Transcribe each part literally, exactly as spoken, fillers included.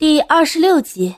第二十六集。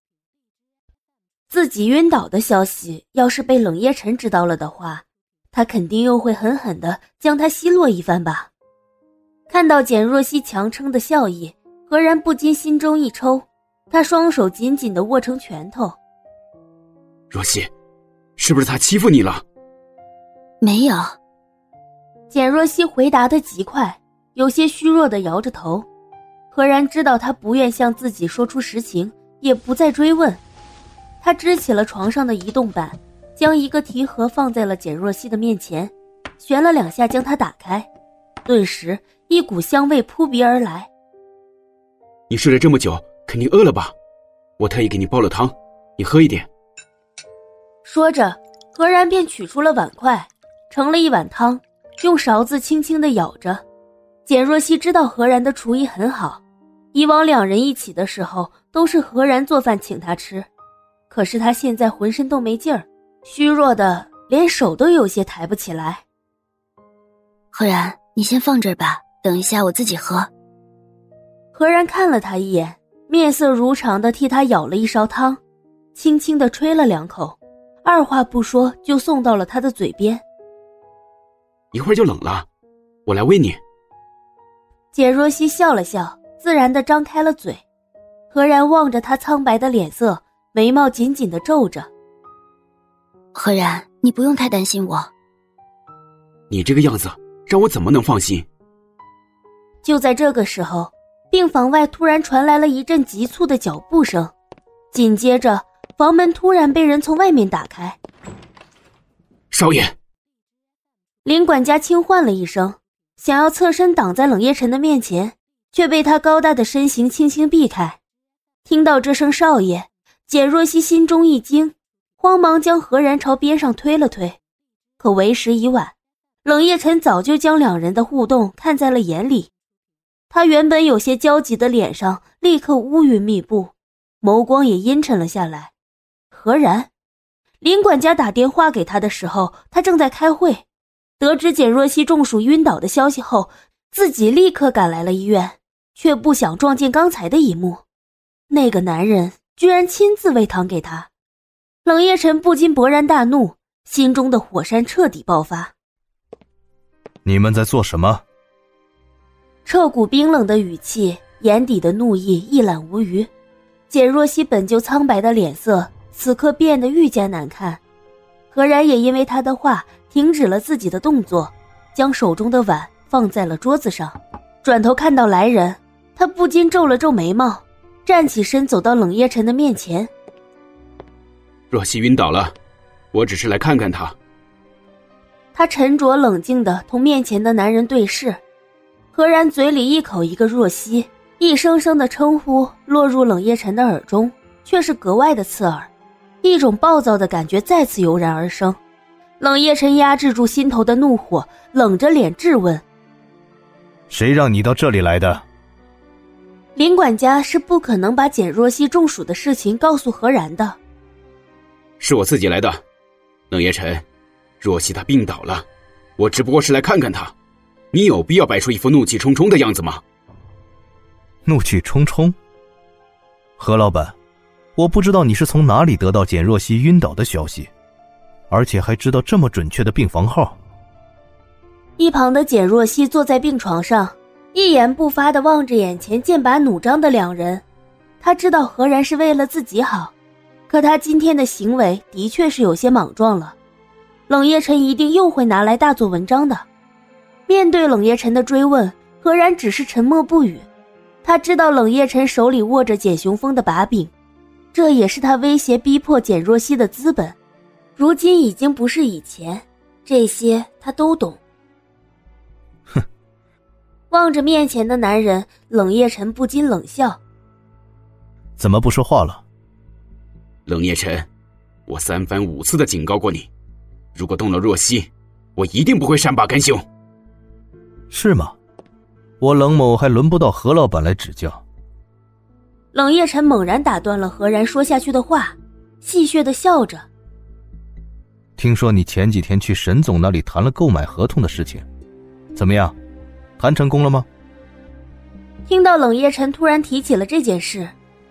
自己晕倒的消息要是被冷夜晨知道了的话，他肯定又会狠狠地将他奚落一番吧。看到简若曦强撑的笑意，何然不禁心中一抽，他双手紧紧地握成拳头。 若曦，是不是他欺负你了？ 没有。 简若曦回答得极快，有些虚弱地摇着头。何然知道他不愿向自己说出实情，也不再追问。他支起了床上的移动板，将一个提盒放在了简若曦的面前，旋了两下将它打开，顿时一股香味扑鼻而来。 你睡了这么久，肯定饿了吧？我特意给你煲了汤，你喝一点。 说着，何然便取出了碗筷，盛了一碗汤，用勺子轻轻地舀着。简若曦知道何然的厨艺很好，以往两人一起的时候都是何然做饭请他吃，可是他现在浑身都没劲儿，虚弱的连手都有些抬不起来。 何然，你先放这儿吧，等一下我自己喝。 何然看了他一眼，面色如常地替他舀了一勺汤，轻轻地吹了两口，二话不说就送到了他的嘴边。 一会儿就冷了，我来喂你。 简若曦笑了笑，自然地张开了嘴。何然望着他苍白的脸色，眉毛紧紧地皱着。 何然，你不用太担心我。 你这个样子让我怎么能放心？ 就在这个时候，病房外突然传来了一阵急促的脚步声，紧接着房门突然被人从外面打开。 少爷！ 林管家轻唤了一声，想要侧身挡在冷夜晨的面前，却被他高大的身形轻轻避开。听到这声少爷，简若曦心中一惊，慌忙将何然朝边上推了推。可为时已晚，冷夜晨早就将两人的互动看在了眼里。他原本有些焦急的脸上立刻乌云密布，眸光也阴沉了下来。何然？林管家打电话给他的时候，他正在开会。得知简若曦中暑晕倒的消息后，自己立刻赶来了医院，却不想撞见刚才的一幕。那个男人居然亲自喂汤给他。冷夜晨不禁勃然大怒，心中的火山彻底爆发。 你们在做什么？ 彻骨冰冷的语气，眼底的怒意一览无余。简若曦本就苍白的脸色此刻变得愈加难看。何然也因为他的话停止了自己的动作，将手中的碗放在了桌子上，转头看到来人，他不禁皱了皱眉毛，站起身走到冷夜晨的面前。 若曦晕倒了，我只是来看看她。 他沉着冷静地同面前的男人对视，何然嘴里一口一个若曦，一声声的称呼落入冷夜晨的耳中，却是格外的刺耳，一种暴躁的感觉再次油然而生。冷夜晨压制住心头的怒火，冷着脸质问： 谁让你到这里来的？ 林管家是不可能把简若曦中暑的事情告诉何然的。 是我自己来的。冷夜晨，若曦她病倒了，我只不过是来看看她，你有必要摆出一副怒气冲冲的样子吗？ 怒气冲冲？何老板，我不知道你是从哪里得到简若曦晕倒的消息，而且还知道这么准确的病房号。 一旁的简若曦坐在病床上，一言不发地望着眼前剑拔弩张的两人。他知道何然是为了自己好，可他今天的行为的确是有些莽撞了。冷夜晨一定又会拿来大做文章的。面对冷夜晨的追问，何然只是沉默不语。他知道冷夜晨手里握着简雄风的把柄，这也是他威胁逼迫简若曦的资本。如今已经不是以前，这些他都懂。 哼！ 望着面前的男人，冷夜晨不禁冷笑。 怎么不说话了？ 冷夜晨，我三番五次的警告过你，如果动了若曦，我一定不会善罢甘休。 是吗？我冷某还轮不到何老板来指教。 冷夜晨猛然打断了何然说下去的话，戏谑地笑着。 听说你前几天去沈总那里谈了购买合同的事情，怎么样，谈成功了吗？ 听到冷夜晨突然提起了这件事，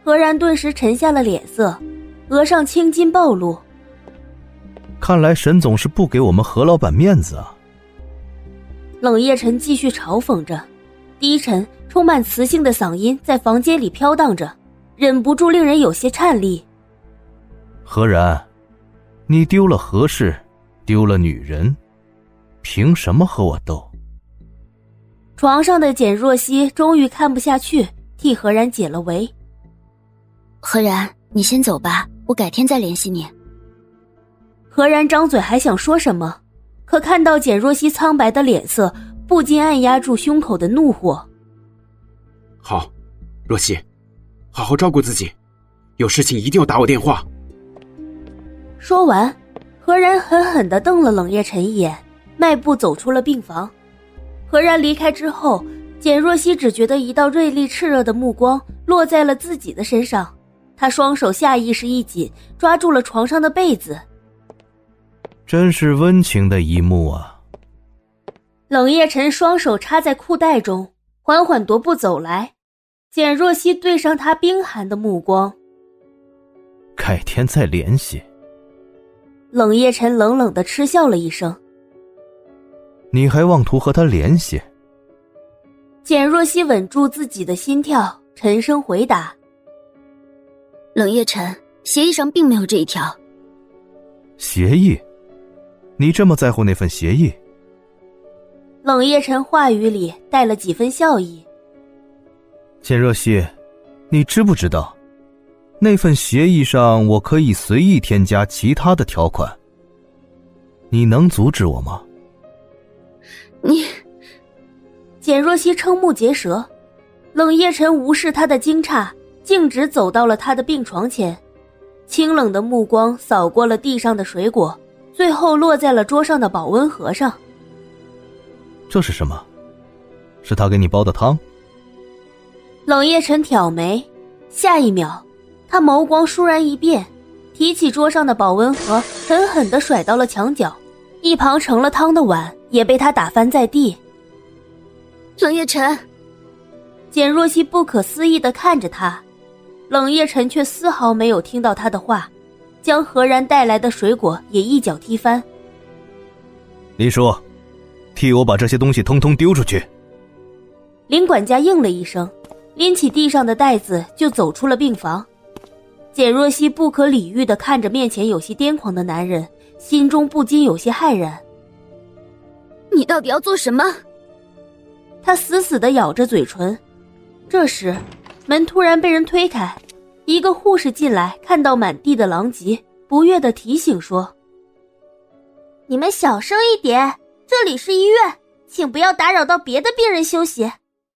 何然顿时沉下了脸色，额上青筋暴露。 看来沈总是不给我们何老板面子啊。 冷夜晨继续嘲讽着，低沉充满磁性的嗓音在房间里飘荡着，忍不住令人有些颤栗。 何然，你丢了何氏，丢了女人，凭什么和我斗？ 床上的简若曦终于看不下去，替何然解了围。 何然，你先走吧，我改天再联系你。 何然张嘴还想说什么，可看到简若曦苍白的脸色，不禁按压住胸口的怒火。 好，若曦，好好照顾自己，有事情一定要打我电话。 说完，何然狠狠地瞪了冷夜晨一眼，迈步走出了病房。何然离开之后，简若曦只觉得一道锐利炽热的目光落在了自己的身上，她双手下意识一紧，抓住了床上的被子。 真是温情的一幕啊。 冷夜晨双手插在裤袋中，缓缓踱步走来，简若曦对上他冰寒的目光。 改天再联系。 冷夜晨冷冷地嗤笑了一声。 你还妄图和他联系？ 简若曦稳住自己的心跳，沉声回答。 冷夜晨，协议上并没有这一条。 协议？你这么在乎那份协议？ 冷夜晨话语里带了几分笑意。 简若曦，你知不知道，那份协议上我可以随意添加其他的条款，你能阻止我吗？ 你…… 简若曦瞠目结舌，冷夜晨无视她的惊诧，径直走到了她的病床前，清冷的目光扫过了地上的水果，最后落在了桌上的保温盒上。 这是什么？是他给你煲的汤？ 冷夜晨挑眉，下一秒他眸光倏然一变，提起桌上的保温盒，狠狠地甩到了墙角，一旁盛了汤的碗也被他打翻在地。 冷夜晨， 简若曦不可思议地看着他，冷夜晨却丝毫没有听到他的话，将何然带来的水果也一脚踢翻。 林叔，替我把这些东西通通丢出去。 林管家应了一声，拎起地上的袋子就走出了病房。简若曦不可理喻地看着面前有些癫狂的男人，心中不禁有些骇然。 你到底要做什么？ 他死死地咬着嘴唇。这时门突然被人推开，一个护士进来，看到满地的狼藉，不悦地提醒说：你们小声一点，这里是医院，请不要打扰到别的病人休息。